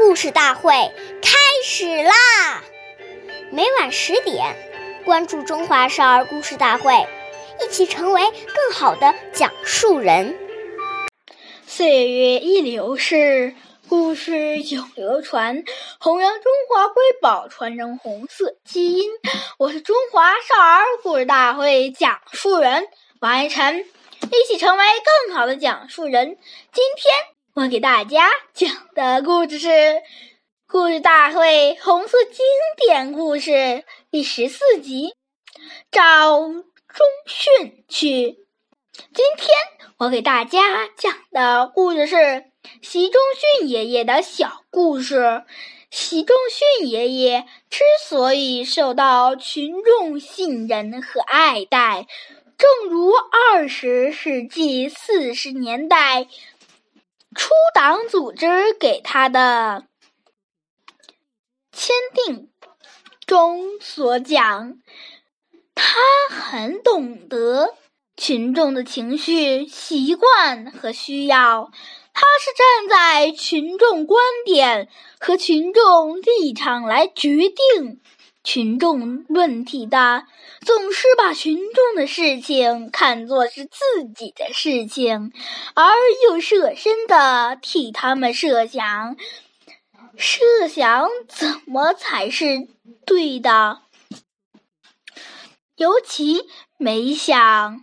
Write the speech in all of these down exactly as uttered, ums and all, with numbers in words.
故事大会开始啦！每晚十点，关注中华少儿故事大会，一起成为更好的讲述人。 岁月易流逝，故事永流传，弘扬中华瑰宝，传承红色基因。我是中华少儿故事大会讲述人王一晨，一起成为更好的讲述人。今天我给大家讲的故事是《故事大会红色经典故事》第十四集，找钟训去。今天我给大家讲的故事是习仲勋爷爷的小故事。习仲勋爷爷之所以受到群众信任和爱戴，正如二十世纪四十年代初党组织给他的签订中所讲，他很懂得群众的情绪、习惯和需要，他是站在群众观点和群众立场来决定群众问题的，总是把群众的事情看作是自己的事情，而又设身的替他们设想，设想怎么才是对的，尤其没想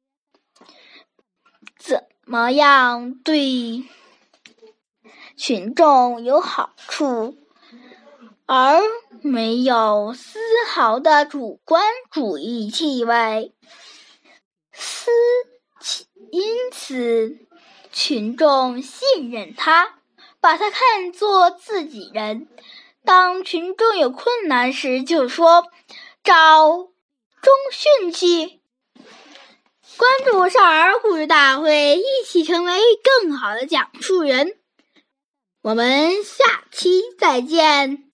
怎么样对群众有好处，而没有丝毫的主观主义气味。思因此，群众信任他，把他看作自己人。当群众有困难时，就说找钟训去。关注少儿故事大会，一起成为更好的讲述人。我们下期再见。